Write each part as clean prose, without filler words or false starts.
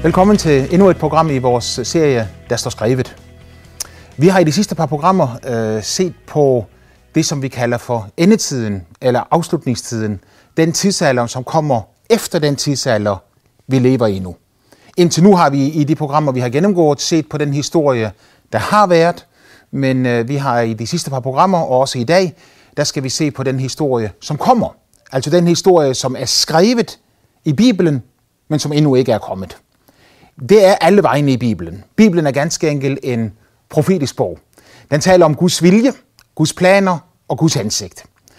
Velkommen til endnu et program i vores serie, Der står skrevet. Vi har i de sidste par programmer set på det, som vi kalder for endetiden, eller afslutningstiden. Den tidsalder, som kommer efter den tidsalder, vi lever i nu. Indtil nu har vi i de programmer, vi har gennemgået, set på den historie, der har været. Men vi har i de sidste par programmer, og også i dag, der skal vi se på den historie, som kommer. Altså den historie, som er skrevet i Bibelen, men som endnu ikke er kommet. Det er alle vegne i Bibelen. Bibelen er ganske enkelt en profetisk bog. Den taler om Guds vilje, Guds planer og Guds hensigt.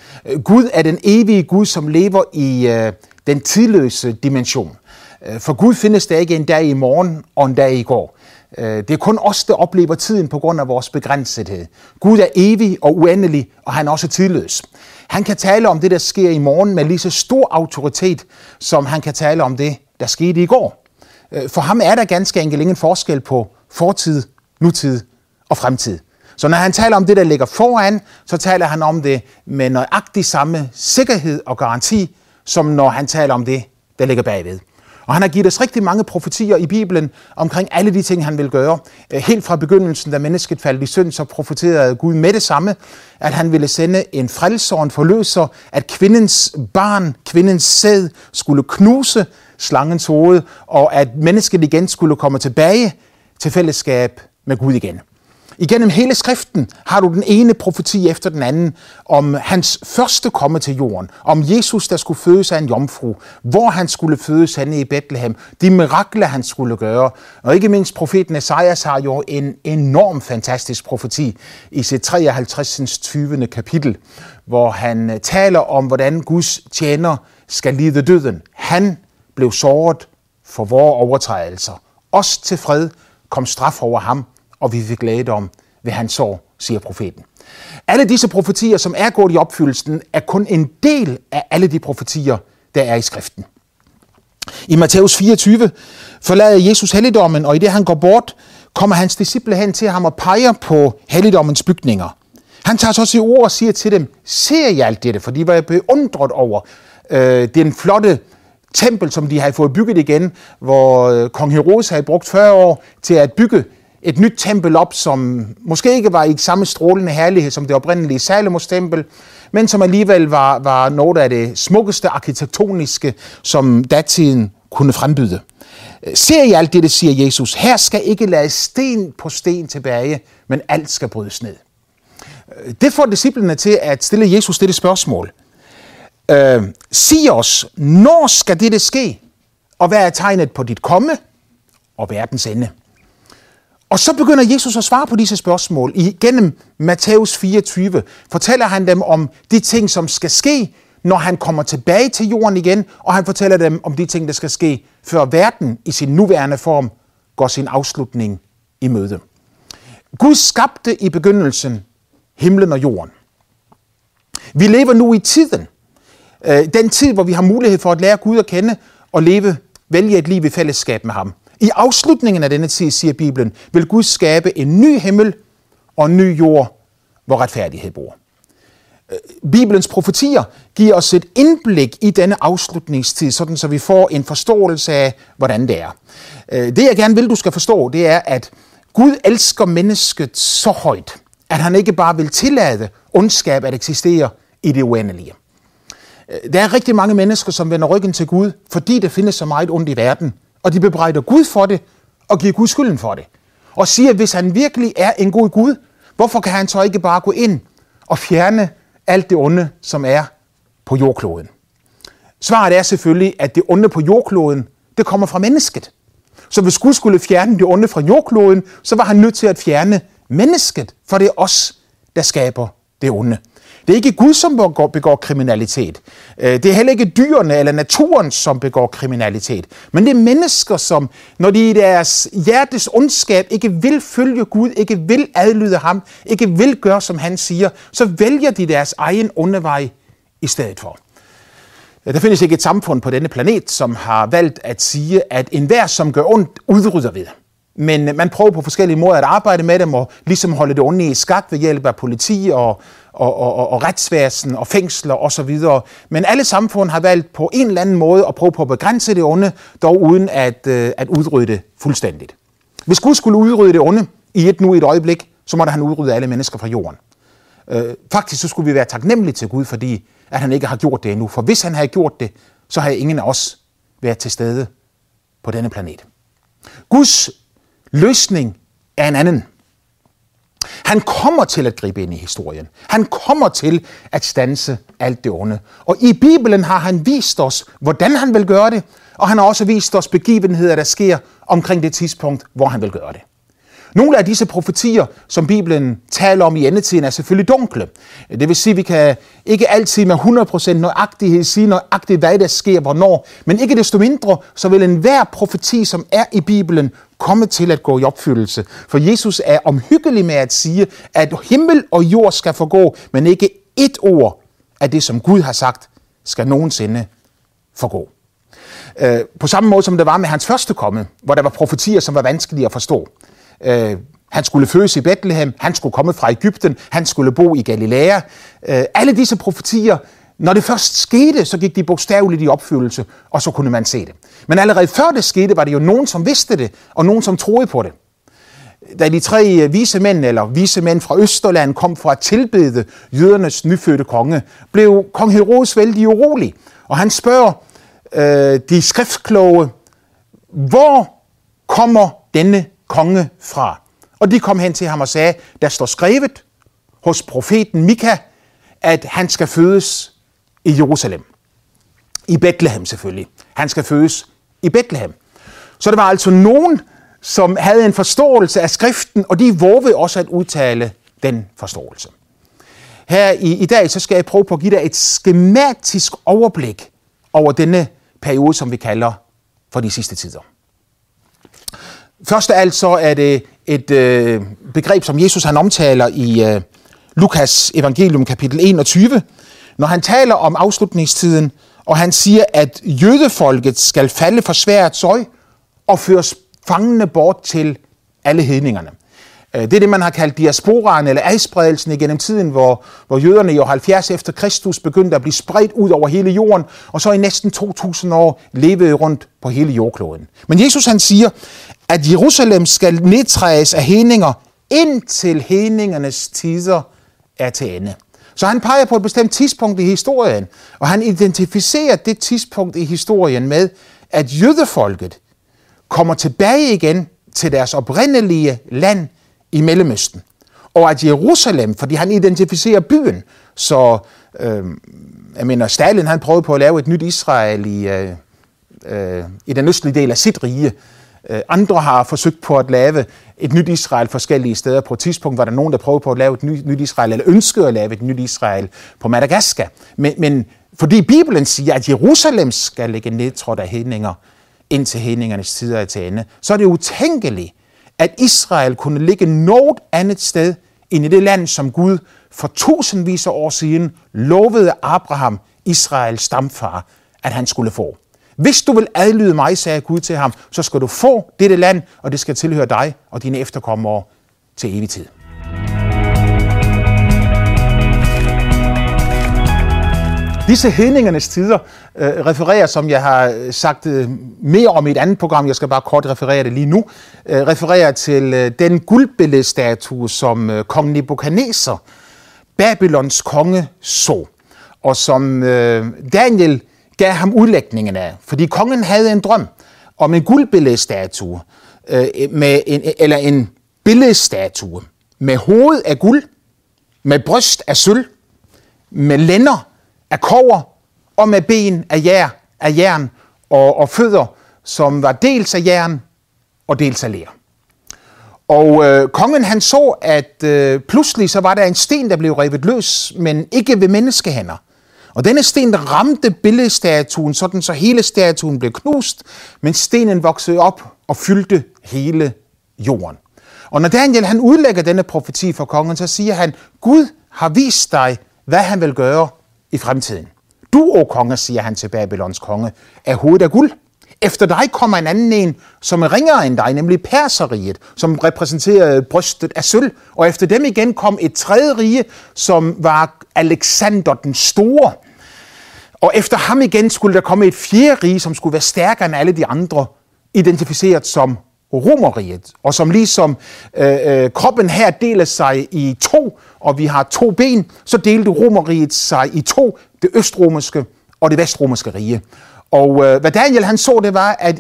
Gud er den evige Gud, som lever i den tidløse dimension. For Gud findes der ikke en dag i morgen og en dag i går. Det er kun os, der oplever tiden på grund af vores begrænsethed. Gud er evig og uendelig, og han er også tidløs. Han kan tale om det, der sker i morgen med lige så stor autoritet, som han kan tale om det, der skete i går. For ham er der ganske enkelt ingen forskel på fortid, nutid og fremtid. Så når han taler om det, der ligger foran, så taler han om det med nøjagtig samme sikkerhed og garanti, som når han taler om det, der ligger bagved. Og han har givet os rigtig mange profetier i Bibelen omkring alle de ting, han vil gøre. Helt fra begyndelsen, da mennesket faldt i synd, så profeterede Gud med det samme, at han ville sende en frelser og en forløser, at kvindens barn, kvindens sæd skulle knuse slangens hoved, og at mennesket igen skulle komme tilbage til fællesskab med Gud igen. Igennem hele skriften har du den ene profeti efter den anden om hans første komme til jorden, om Jesus, der skulle fødes af en jomfru, hvor han skulle fødes henne i Bethlehem, de mirakler, han skulle gøre. Og ikke mindst profeten Esajas har jo en enorm fantastisk profeti i sit 53. 20. kapitel, hvor han taler om, hvordan Guds tjener skal lide døden. Han blev såret for vores overtrædelser. Os til fred kom straf over ham, og vi fik lægedom ved hans sår, siger profeten. Alle disse profetier, som er gået i opfyldelsen, er kun en del af alle de profetier, der er i skriften. I Matthæus 24 forlader Jesus helligdommen, og i det han går bort, kommer hans disciple hen til ham og peger på helligdommens bygninger. Han tager så også i ord og siger til dem, ser I alt dette? For de var beundret over den flotte tempel, som de havde fået bygget igen, hvor kong Herodes havde brugt 40 år til at bygge et nyt tempel op, som måske ikke var i samme strålende herlighed som det oprindelige Salomos tempel, men som alligevel var noget af det smukkeste arkitektoniske, som datiden kunne frembyde. Ser I alt det, siger Jesus, her skal ikke lade sten på sten tilbage, men alt skal brydes ned. Det får disciplene til at stille Jesus dette spørgsmål. Sig os, når skal dette ske, og hvad er tegnet på dit komme og verdens ende? Og så begynder Jesus at svare på disse spørgsmål. Igennem Matthæus 24 fortæller han dem om de ting, som skal ske, når han kommer tilbage til jorden igen, og han fortæller dem om de ting, der skal ske, før verden i sin nuværende form går sin afslutning i møde. Gud skabte i begyndelsen himlen og jorden. Vi lever nu i tiden. Den tid, hvor vi har mulighed for at lære Gud at kende og vælge et liv i fællesskab med ham. I afslutningen af denne tid, siger Bibelen, vil Gud skabe en ny himmel og en ny jord, hvor retfærdighed bor. Bibelens profetier giver os et indblik i denne afslutningstid, sådan så vi får en forståelse af, hvordan det er. Det jeg gerne vil, du skal forstå, det er, at Gud elsker mennesket så højt, at han ikke bare vil tillade ondskab at eksistere i det uendelige. Der er rigtig mange mennesker, som vender ryggen til Gud, fordi der findes så meget ondt i verden, og de bebrejder Gud for det, og giver Gud skylden for det. Og siger, at hvis han virkelig er en god Gud, hvorfor kan han så ikke bare gå ind og fjerne alt det onde, som er på jordkloden? Svaret er selvfølgelig, at det onde på jordkloden, det kommer fra mennesket. Så hvis Gud skulle fjerne det onde fra jordkloden, så var han nødt til at fjerne mennesket, for det er os, der skaber det onde. Det er ikke Gud, som begår kriminalitet. Det er heller ikke dyrene eller naturen, som begår kriminalitet. Men det er mennesker, som, når de i deres hjertes ondskab ikke vil følge Gud, ikke vil adlyde ham, ikke vil gøre, som han siger, så vælger de deres egen onde vej i stedet for. Der findes ikke et samfund på denne planet, som har valgt at sige, at enhver, som gør ondt, udrydder vi det. Men man prøver på forskellige måder at arbejde med dem og ligesom holde det onde i skak ved hjælp af politi og retsvæsen og fængsler osv. Men alle samfund har valgt på en eller anden måde at prøve på at begrænse det onde, dog uden at udrydde det fuldstændigt. Hvis Gud skulle udrydde det onde i et øjeblik, så måtte han udrydde alle mennesker fra jorden. Faktisk så skulle vi være taknemmelige til Gud, fordi at han ikke har gjort det endnu. For hvis han havde gjort det, så havde ingen af os været til stede på denne planet. Guds løsning er en anden. Han kommer til at gribe ind i historien. Han kommer til at standse alt det onde. Og i Bibelen har han vist os, hvordan han vil gøre det, og han har også vist os begivenheder, der sker omkring det tidspunkt, hvor han vil gøre det. Nogle af disse profetier, som Bibelen taler om i endetiden, er selvfølgelig dunkle. Det vil sige, at vi kan ikke altid med 100% nøjagtighed sige nøjagtigt, hvad der sker, hvornår. Men ikke desto mindre, så vil enhver profeti, som er i Bibelen, komme til at gå i opfyldelse. For Jesus er omhyggelig med at sige, at himmel og jord skal forgå, men ikke ét ord af det, som Gud har sagt, skal nogensinde forgå. På samme måde som det var med hans første komme, hvor der var profetier, som var vanskelige at forstå. Han skulle fødes i Bethlehem, han skulle komme fra Egypten, han skulle bo i Galilea. Alle disse profetier, når det først skete, så gik de bogstaveligt i opfyldelse, og så kunne man se det. Men allerede før det skete, var det jo nogen, som vidste det, og nogen, som troede på det. Da de 3 vise mænd fra Østerland kom for at tilbede jødernes nyfødte konge, blev kong Herodes vældig urolig. Og han spørger de skriftkloge, hvor kommer denne konge fra? Og de kom hen til ham og sagde, der står skrevet hos profeten Mika, at han skal fødes i Jerusalem. I Bethlehem selvfølgelig. Han skal fødes i Bethlehem. Så der var altså nogen, som havde en forståelse af skriften, og de vågede også at udtale den forståelse. Her i dag så skal jeg prøve på at give dig et skematisk overblik over denne periode, som vi kalder for de sidste tider. Først af alt så er det et begreb, som Jesus han omtaler i Lukas evangelium kapitel 21, når han taler om afslutningstiden, og han siger, at jødefolket skal falde for sværdets øje og føres fangene bort til alle hedningerne. Det er det, man har kaldt diasporaen eller adspredelsen igennem tiden, hvor jøderne i år 70 efter Kristus begyndte at blive spredt ud over hele jorden, og så i næsten 2000 år levede rundt på hele jordkloden. Men Jesus han siger, at Jerusalem skal nedtrædes af hedninger, indtil hedningernes tider er til ende. Så han peger på et bestemt tidspunkt i historien, og han identificerer det tidspunkt i historien med, at jødefolket kommer tilbage igen til deres oprindelige land i Mellemøsten. Og at Jerusalem, fordi han identificerer byen, så Stalin han prøvede på at lave et nyt Israel i den østlige del af sit rige. Andre har forsøgt på at lave et nyt Israel forskellige steder. På et tidspunkt var der nogen, der prøvede på at lave et nyt Israel, eller ønskede at lave et nyt Israel på Madagaskar. Men fordi Bibelen siger, at Jerusalem skal ligge nedtrådt af hedninger, indtil hedningernes tider er til ende, så er det utænkeligt, at Israel kunne ligge noget andet sted end i det land, som Gud for tusindvis af år siden lovede Abraham, Israels stamfar, at han skulle få. Hvis du vil adlyde mig, sagde Gud til ham, så skal du få dette land, og det skal tilhøre dig og dine efterkommere til evig tid. Disse hedningernes tider refererer, som jeg har sagt mere om i et andet program, jeg skal bare kort referere det lige nu, refererer til den guldbilledstatue, som kong Nebukadneser, Babylons konge, så, og som Daniel gav ham udlægningen af, fordi kongen havde en drøm om en guldbilledstatue, en billedstatue med hoved af guld, med bryst af sølv, med lænder af kobber og med ben af jern og fødder, som var dels af jern og dels af ler. Og kongen han så, at pludselig så var der en sten, der blev revet løs, men ikke ved menneskehænder. Og denne sten ramte billedstatuen, sådan så hele statuen blev knust, men stenen voksede op og fyldte hele jorden. Og når Daniel han udlægger denne profeti for kongen, så siger han, Gud har vist dig, hvad han vil gøre i fremtiden. Du, o konge, siger han til Babylons konge, er hovedet af guld. Efter dig kommer en anden en, som er ringere end dig, nemlig Perseriget, som repræsenterede brystet af sølv. Og efter dem igen kom et tredje rige, som var Alexander den Store. Og efter ham igen skulle der komme et fjerde rige, som skulle være stærkere end alle de andre, identificeret som Romerriget. Og som ligesom kroppen her deler sig i to, og vi har to ben, så delte Romerriget sig i to, det østromerske og det vestromerske rige. Og hvad Daniel han så, det var, at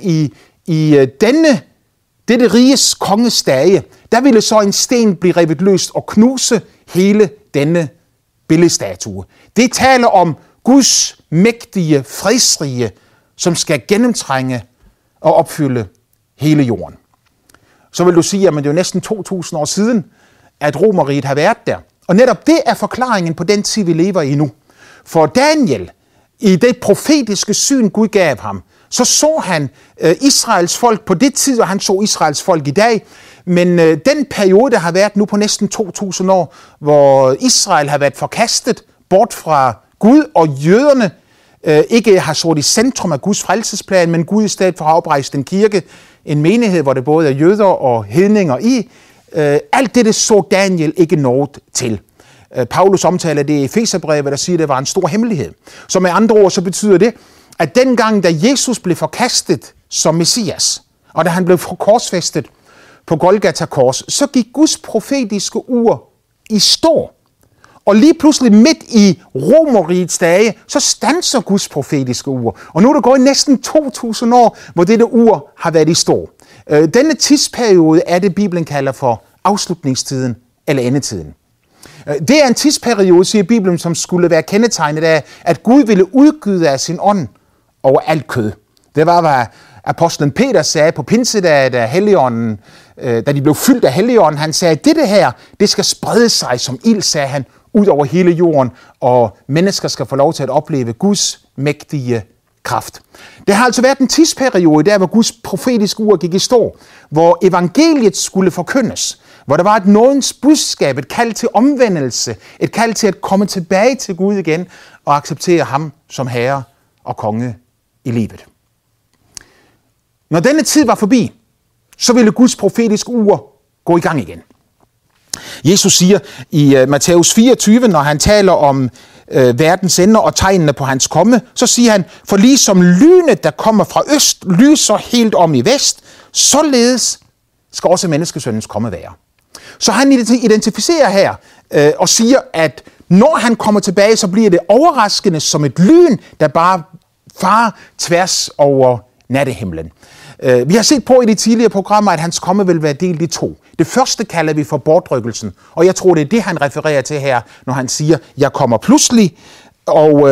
i dette riges konges dage, der ville så en sten blive revet løst og knuse hele denne billedstatue. Det taler om Guds mægtige fredsrige, som skal gennemtrænge og opfylde hele jorden. Så vil du sige, at det er jo næsten 2000 år siden, at Romerriget har været der. Og netop det er forklaringen på den tid, vi lever i nu. For Daniel, i det profetiske syn, Gud gav ham, så han Israels folk på det tid, og han så Israels folk i dag. Men den periode, der har været nu på næsten 2000 år, hvor Israel har været forkastet bort fra Gud, og jøderne ikke har stået i centrum af Guds frelsesplan, men Gud i stedet for har oprejst en kirke, en menighed, hvor det både er jøder og hedninger i. Alt det så Daniel ikke noget til. Paulus omtaler det i Efeserbrevet, der siger, at det var en stor hemmelighed. Så med andre ord, så betyder det, at dengang, da Jesus blev forkastet som Messias, og da han blev korsfæstet på Golgata kors, så gik Guds profetiske ur i stå. Og lige pludselig midt i Romerrigets dage, så standser Guds profetiske ur. Og nu er der gået næsten 2000 år, hvor dette ur har været i stå. Denne tidsperiode er det, Bibelen kalder for afslutningstiden eller endetiden. Det er en tidsperiode, siger Bibelen, som skulle være kendetegnet af, at Gud ville udgyde af sin ånd over alt kød. Det var, hvad apostlen Peter sagde på pinsedag, da de blev fyldt af Helligånden. Han sagde, at dette her, det skal sprede sig som ild, sagde han, ud over hele jorden, og mennesker skal få lov til at opleve Guds mægtige kraft. Det har altså været en tidsperiode, der hvor Guds profetiske ur gik i stå, hvor evangeliet skulle forkyndes, hvor der var et nådens budskab, et kald til omvendelse, et kald til at komme tilbage til Gud igen og acceptere ham som herre og konge i livet. Når denne tid var forbi, så ville Guds profetiske ur gå i gang igen. Jesus siger i Matthæus 24, når han taler om verdens ender og tegnene på hans komme, så siger han, for ligesom lynet, der kommer fra øst, lyser helt om i vest, således skal også menneskesøndens komme være. Så han identificerer her og siger, at når han kommer tilbage, så bliver det overraskende som et lyn, der bare farer tværs over nattehimlen. Vi har set på i de tidligere programmer, at hans komme vil være delt i to. Det første kalder vi for bortrykkelsen, og jeg tror, det er det, han refererer til her, når han siger, jeg kommer pludselig, og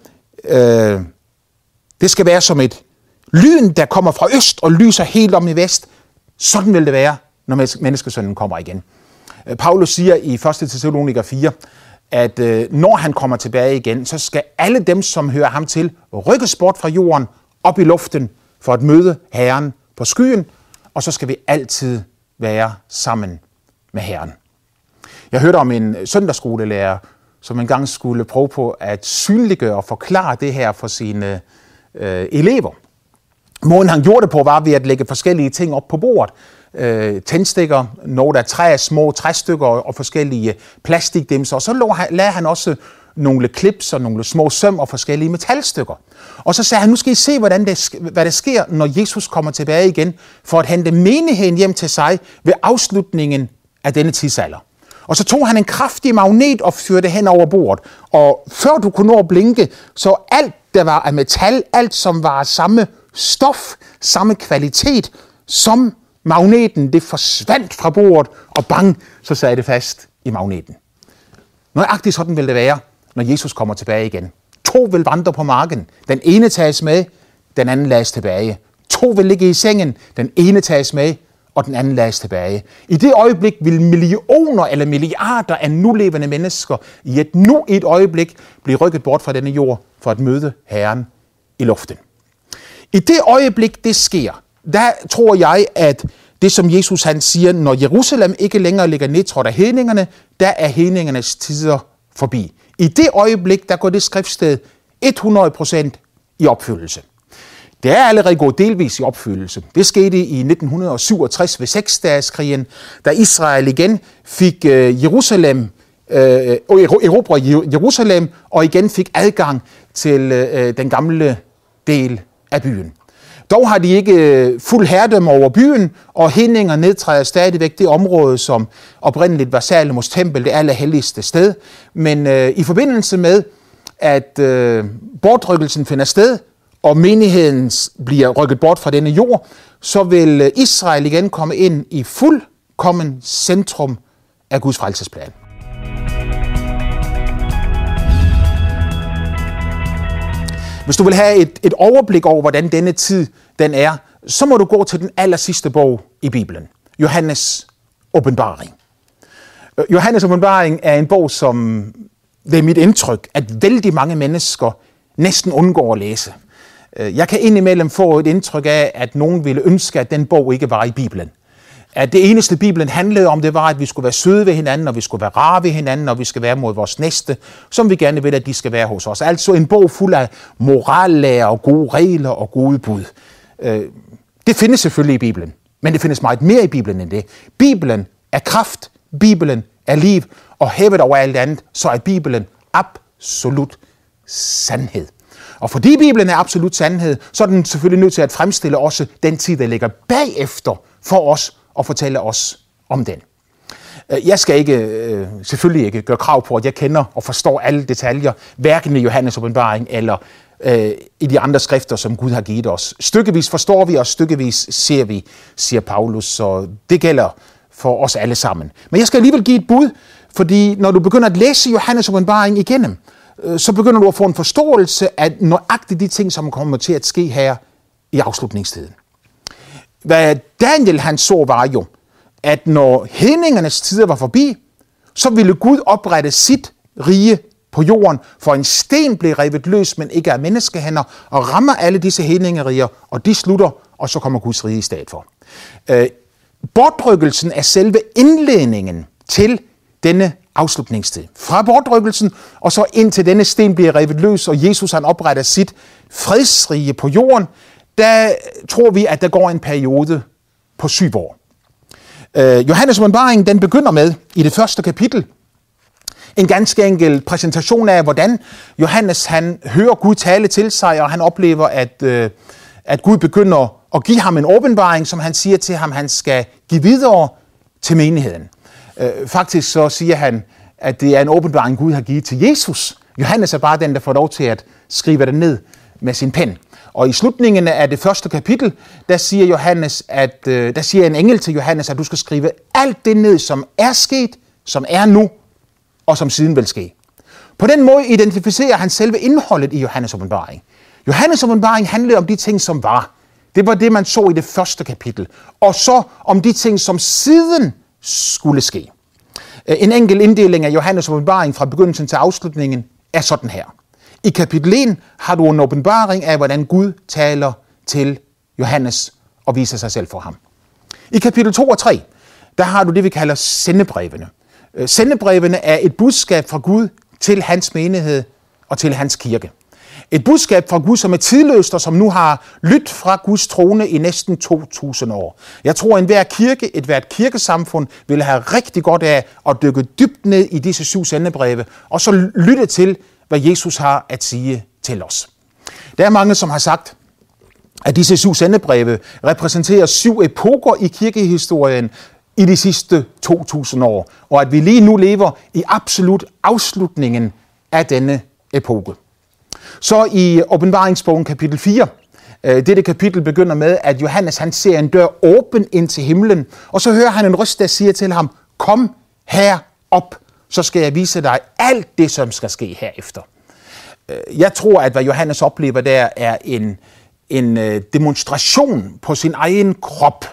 det skal være som et lyn, der kommer fra øst og lyser helt om i vest. Sådan vil det være, når menneskesønnen kommer igen. Paulus siger i 1. Thessaloniker 4, at når han kommer tilbage igen, så skal alle dem, som hører ham til, rykkes bort fra jorden op i luften for at møde Herren på skyen, og så skal vi altid være sammen med Herren. Jeg hørte om en søndagsskolelærer, som engang skulle prøve på at synliggøre og forklare det her for sine elever. Måden han gjorde det på var ved at lægge forskellige ting op på bordet. Tændstikker, nogle af træ, små træstykker og forskellige plastikdimser. Og så lagde han også nogle klips og nogle små søm og forskellige metalstykker. Og så sagde han, nu skal I se, hvad der sker, når Jesus kommer tilbage igen, for at hente menigheden hjem til sig ved afslutningen af denne tidsalder. Og så tog han en kraftig magnet og førte hen over bordet. Og før du kunne nå at blinke, så alt, der var af metal, alt som var af samme stof, samme kvalitet som magneten, det forsvandt fra bordet, og bang, så sad det fast i magneten. Nøjagtigt sådan vil det være, når Jesus kommer tilbage igen. 2 vil vandre på marken. Den ene tages med, den anden lades tilbage. 2 vil ligge i sengen. Den ene tages med, og den anden lades tilbage. I det øjeblik vil millioner eller milliarder af nulevende mennesker i et øjeblik blive rykket bort fra denne jord for at møde Herren i luften. I det øjeblik, det sker, der tror jeg, at det som Jesus han siger, når Jerusalem ikke længere ligger nedtrådt af hedningerne, der er hedningernes tider forbi. I det øjeblik, der går det skriftsted 100% i opfyldelse. Det er allerede gået delvis i opfyldelse. Det skete i 1967 ved Seksdageskrigen, da Israel igen fik erobret Jerusalem og igen fik adgang til den gamle del af byen. Dog har de ikke fuld herredømme over byen, og hedninger nedtræder stadigvæk det område, som oprindeligt var Salomos tempel, det allerhelligste sted. Men i forbindelse med, at bortrykkelsen finder sted, og menigheden bliver rykket bort fra denne jord, så vil Israel igen komme ind i fuldkommen centrum af Guds frelsesplan. Hvis du vil have et overblik over, hvordan denne tid den er, så må du gå til den aller sidste bog i Bibelen, Johannes åbenbaring. Johannes åbenbaring er en bog, som det er mit indtryk, at vældig mange mennesker næsten undgår at læse. Jeg kan indimellem få et indtryk af, at nogen ville ønske, at den bog ikke var i Bibelen. At det eneste Bibelen handlede om, det var, at vi skulle være søde ved hinanden, og vi skulle være rare ved hinanden, og vi skal være mod vores næste, som vi gerne vil, at de skal være hos os. Altså en bog fuld af morallærer og gode regler og gode bud. Det findes selvfølgelig i Bibelen, men det findes meget mere i Bibelen end det. Bibelen er kraft, Bibelen er liv, og hævet over alt andet, så er Bibelen absolut sandhed. Og fordi Bibelen er absolut sandhed, så er den selvfølgelig nødt til at fremstille også den tid, der ligger bagefter for os, og fortælle os om den. Jeg skal selvfølgelig ikke gøre krav på, at jeg kender og forstår alle detaljer, hverken i Johannes åbenbaring eller i de andre skrifter, som Gud har givet os. Stykkevis forstår vi, og stykkevis ser vi, siger Paulus, så det gælder for os alle sammen. Men jeg skal alligevel give et bud, fordi når du begynder at læse Johannes åbenbaring igennem, så begynder du at få en forståelse af nøjagtigt de ting, som kommer til at ske her i afslutningstiden. Hvad Daniel han så var jo, at når hedningernes tider var forbi, så ville Gud oprette sit rige på jorden, for en sten blev revet løs, men ikke af menneskehænder, og rammer alle disse hedningeriger, og de slutter, og så kommer Guds rige i stedet for. Bortrykkelsen er selve indledningen til denne afslutningstid. Fra bortrykkelsen, og så indtil denne sten bliver revet løs, og Jesus han opretter sit fredsrige på jorden, der tror vi, at der går en periode på 7 år. Johannes åbenbaring, den begynder med, i det første kapitel, en ganske enkel præsentation af, hvordan Johannes han hører Gud tale til sig, og han oplever, at Gud begynder at give ham en åbenbaring, som han siger til ham, han skal give videre til menigheden. Faktisk så siger han, at det er en åbenbaring, Gud har givet til Jesus. Johannes er bare den, der får lov til at skrive det ned med sin pen. Og i slutningen af det første kapitel, der siger Johannes, der siger en engel til Johannes, at du skal skrive alt det ned, som er sket, som er nu, og som siden vil ske. På den måde identificerer han selve indholdet i Johannes åbenbaring. Johannes åbenbaring handlede om de ting, som var. Det var det, man så i det første kapitel. Og så om de ting, som siden skulle ske. En enkel inddeling af Johannes åbenbaring fra begyndelsen til afslutningen er sådan her. I kapitel 1 har du en åbenbaring af, hvordan Gud taler til Johannes og viser sig selv for ham. I kapitel 2 og 3, der har du det, vi kalder sendebrevene. Sendebrevene er et budskab fra Gud til hans menighed og til hans kirke. Et budskab fra Gud, som er tidløst og som nu har lyttet fra Guds trone i næsten 2000 år. Jeg tror, at enhver kirke, et hvert kirkesamfund vil have rigtig godt af at dykke dybt ned i disse 7 sendebreve, og så lytte til, hvad Jesus har at sige til os. Der er mange, som har sagt, at disse 7 sendebreve repræsenterer 7 epoker i kirkehistorien i de sidste 2000 år, og at vi lige nu lever i absolut afslutningen af denne epoke. Så i åbenbaringsbogen kapitel 4, dette kapitel begynder med, at Johannes han ser en dør åben ind til himlen, og så hører han en røst, der siger til ham, kom herop, så skal jeg vise dig alt det, som skal ske herefter. Jeg tror, at hvad Johannes oplever der, er en demonstration på sin egen krop.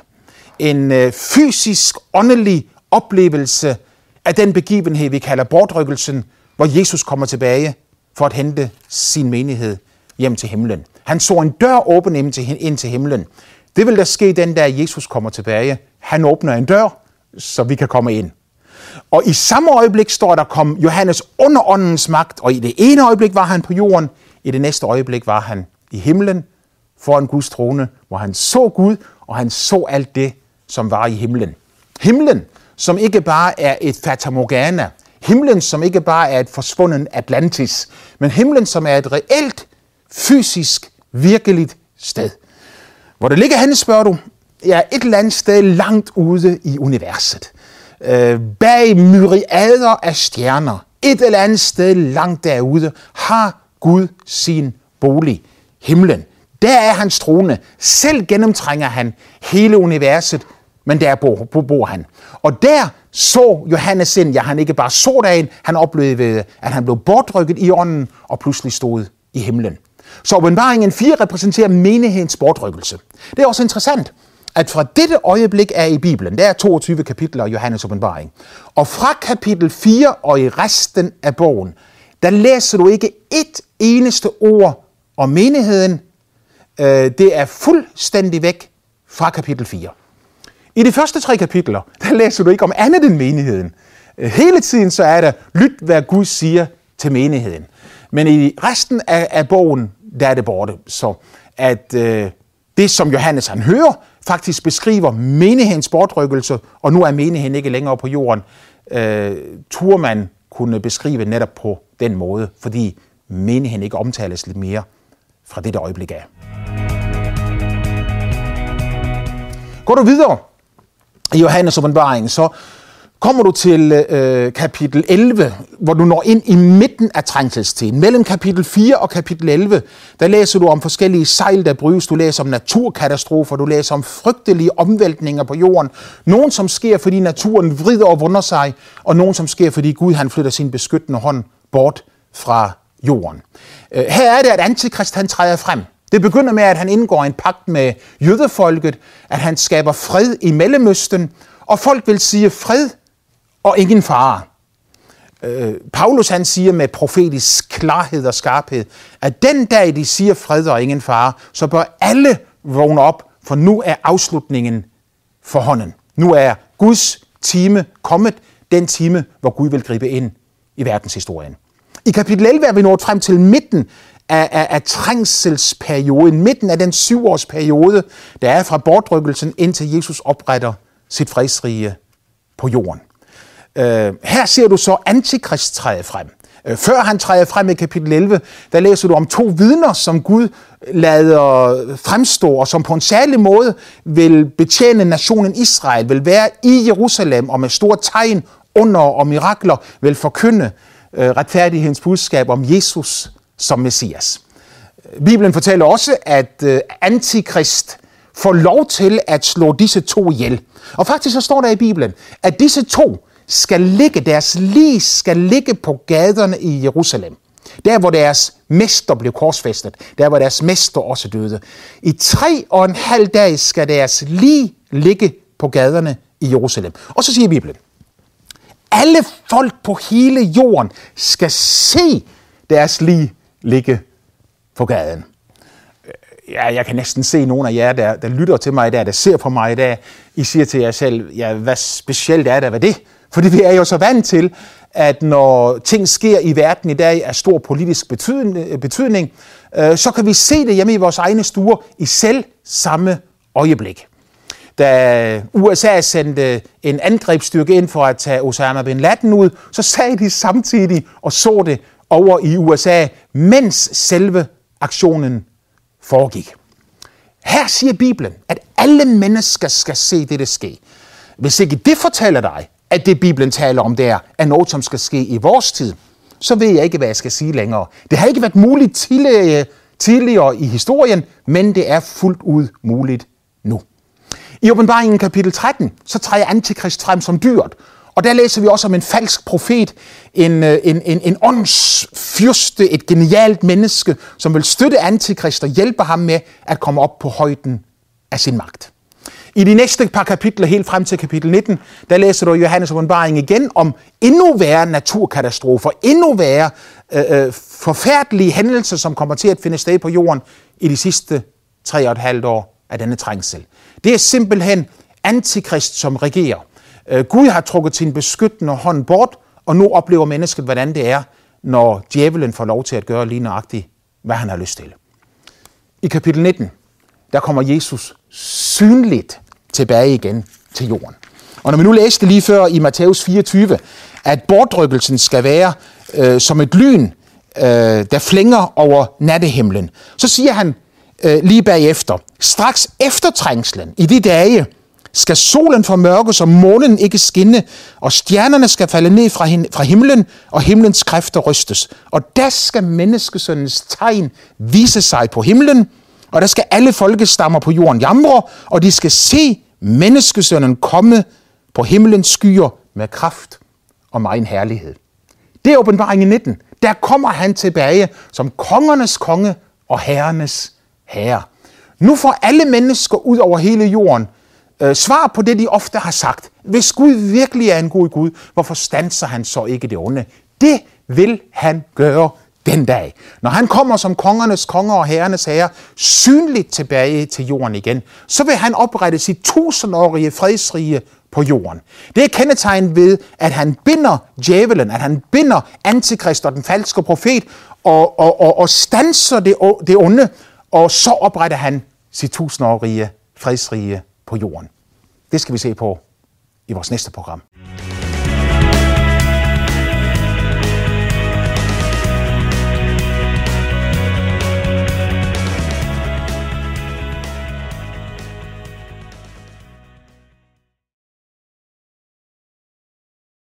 En fysisk, åndelig oplevelse af den begivenhed, vi kalder bortrykkelsen, hvor Jesus kommer tilbage for at hente sin menighed hjem til himlen. Han så en dør åben ind til himlen. Det vil der ske den dag, Jesus kommer tilbage. Han åbner en dør, så vi kan komme ind. Og i samme øjeblik står der, kom Johannes under åndens magt, og i det ene øjeblik var han på jorden, i det næste øjeblik var han i himlen foran Guds trone, hvor han så Gud, og han så alt det, som var i himlen. Himlen, som ikke bare er et fatamorgana. Himlen, som ikke bare er et forsvunden Atlantis, men himlen, som er et reelt, fysisk, virkeligt sted. Hvor det ligger henne, spørger du? Ja, et eller andet sted langt ude i universet. Bag myriader af stjerner, et eller andet sted langt derude, har Gud sin bolig, himlen. Der er hans trone. Selv gennemtrænger han hele universet, men der bor han. Og der så Johannes ind, ja, han ikke bare så dagen, han oplevede, at han blev bortrykket i ånden og pludselig stod i himlen. Så åbenbaringen 4 repræsenterer menighedens bortrykkelse. Det er også interessant, at fra dette øjeblik er i Bibelen, der er 22 kapitler af Johannes åbenbaring, og fra kapitel 4 og i resten af bogen, der læser du ikke et eneste ord om menigheden. Det er fuldstændig væk fra kapitel 4. I de første 3 kapitler, der læser du ikke om andet end menigheden. Hele tiden så er der, lyt hvad Gud siger til menigheden. Men i resten af bogen, der er det borte. Så at det, som Johannes han hører, faktisk beskriver menighedens bortrykkelse, og nu er menigheden ikke længere på jorden, turde man kunne beskrive netop på den måde, fordi menigheden ikke omtales lidt mere fra dette øjeblik af. Går du videre i Johannes åbenbaring, så kommer du til kapitel 11, hvor du når ind i midten af trængselstiden. Mellem kapitel 4 og kapitel 11, der læser du om forskellige sejl, der brydes. Du læser om naturkatastrofer, du læser om frygtelige omvæltninger på jorden. Nogle, som sker, fordi naturen vrider og vunder sig, og nogle, som sker, fordi Gud han flytter sin beskyttende hånd bort fra jorden. Her er det, at Antikrist han træder frem. Det begynder med, at han indgår en pagt med jødefolket, at han skaber fred i Mellemøsten, og folk vil sige fred og ingen fare. Paulus han siger med profetisk klarhed og skarphed, at den dag de siger fred og ingen fare, så bør alle vågne op, for nu er afslutningen for hånden. Nu er Guds time kommet, den time, hvor Gud vil gribe ind i verdenshistorien. I kapitel 11 er vi nået frem til midten af trængselsperioden, midten af den 7-årsperiode, der er fra bortrykkelsen indtil Jesus opretter sit fredsrige på jorden. Her ser du så Antikrist træde frem. Før han træder frem i kapitel 11, der læser du om 2 vidner, som Gud lader fremstå, og som på en særlig måde vil betjene nationen Israel, vil være i Jerusalem, og med store tegn, under og mirakler vil forkynde retfærdighedens budskab om Jesus som Messias. Bibelen fortæller også, at Antikrist får lov til at slå disse 2 ihjel. Og faktisk så står der i Bibelen, at disse 2 skal ligge, deres lig skal ligge på gaderne i Jerusalem. Der hvor deres mester blev korsfæstet, der hvor deres mester også døde. I 3,5 dage skal deres lig ligge på gaderne i Jerusalem. Og så siger Bibelen, alle folk på hele jorden skal se deres lig ligge på gaden. Ja, jeg kan næsten se nogle af jer, der lytter til mig i dag, der ser på mig i dag. I siger til jer selv, ja, hvad specielt er der ved det? Fordi vi er jo så vant til, at når ting sker i verden i dag af stor politisk betydning, så kan vi se det hjemme i vores egne stuer i selv samme øjeblik. Da USA sendte en angrebsstyrke ind for at tage Osama bin Laden ud, så sagde de samtidig og så det over i USA, mens selve aktionen foregik. Her siger Bibelen, at alle mennesker skal se det ske. Hvis ikke det fortæller dig, at det Bibelen taler om der er noget, som skal ske i vores tid, så ved jeg ikke, hvad jeg skal sige længere. Det har ikke været muligt tidligere i historien, men det er fuldt ud muligt nu. I åbenbaringen kapitel 13, så træder Antikrist frem som dyret. Og der læser vi også om en falsk profet, en åndsfyrste, et genialt menneske, som vil støtte Antikrist og hjælpe ham med at komme op på højden af sin magt. I de næste par kapitler, helt frem til kapitel 19, der læser du Johannes åbenbaring igen om endnu værre naturkatastrofer, endnu værre forfærdelige hændelser, som kommer til at finde sted på jorden i de sidste 3,5 år af denne trængsel. Det er simpelthen Antikrist, som regerer. Gud har trukket sin beskyttende hånd bort, og nu oplever mennesket, hvordan det er, når djævelen får lov til at gøre lige nøjagtigt, hvad han har lyst til. I kapitel 19, der kommer Jesus synligt tilbage igen til jorden. Og når vi nu læste lige før i Matthæus 24, at bortrykkelsen skal være som et lyn, der flænger over nattehimlen, så siger han lige bagefter, straks efter trængslen i de dage, skal solen formørkes og månen ikke skinne, og stjernerne skal falde ned fra himlen, og himlens kræfter rystes. Og der skal menneskesøndens tegn vise sig på himlen, og der skal alle folkestammer på jorden jamre, og de skal se menneskesønnen komme på himlens skyer med kraft og megen herlighed. Det er åbenbaringen 19. Der kommer han tilbage som kongernes konge og herrenes herre. Nu får alle mennesker ud over hele jorden svar på det, de ofte har sagt. Hvis Gud virkelig er en god Gud, hvorfor standser han så ikke det onde? Det vil han gøre den dag. Når han kommer som kongernes konger og herrenes herre, synligt tilbage til jorden igen, så vil han oprette sit 1000-årige fredsrige på jorden. Det er kendetegnet ved, at han binder djævelen, at han binder antikrist og den falske profet, og standser det onde, og så opretter han sit 1000-årige fredsrige på jorden. Det skal vi se på i vores næste program.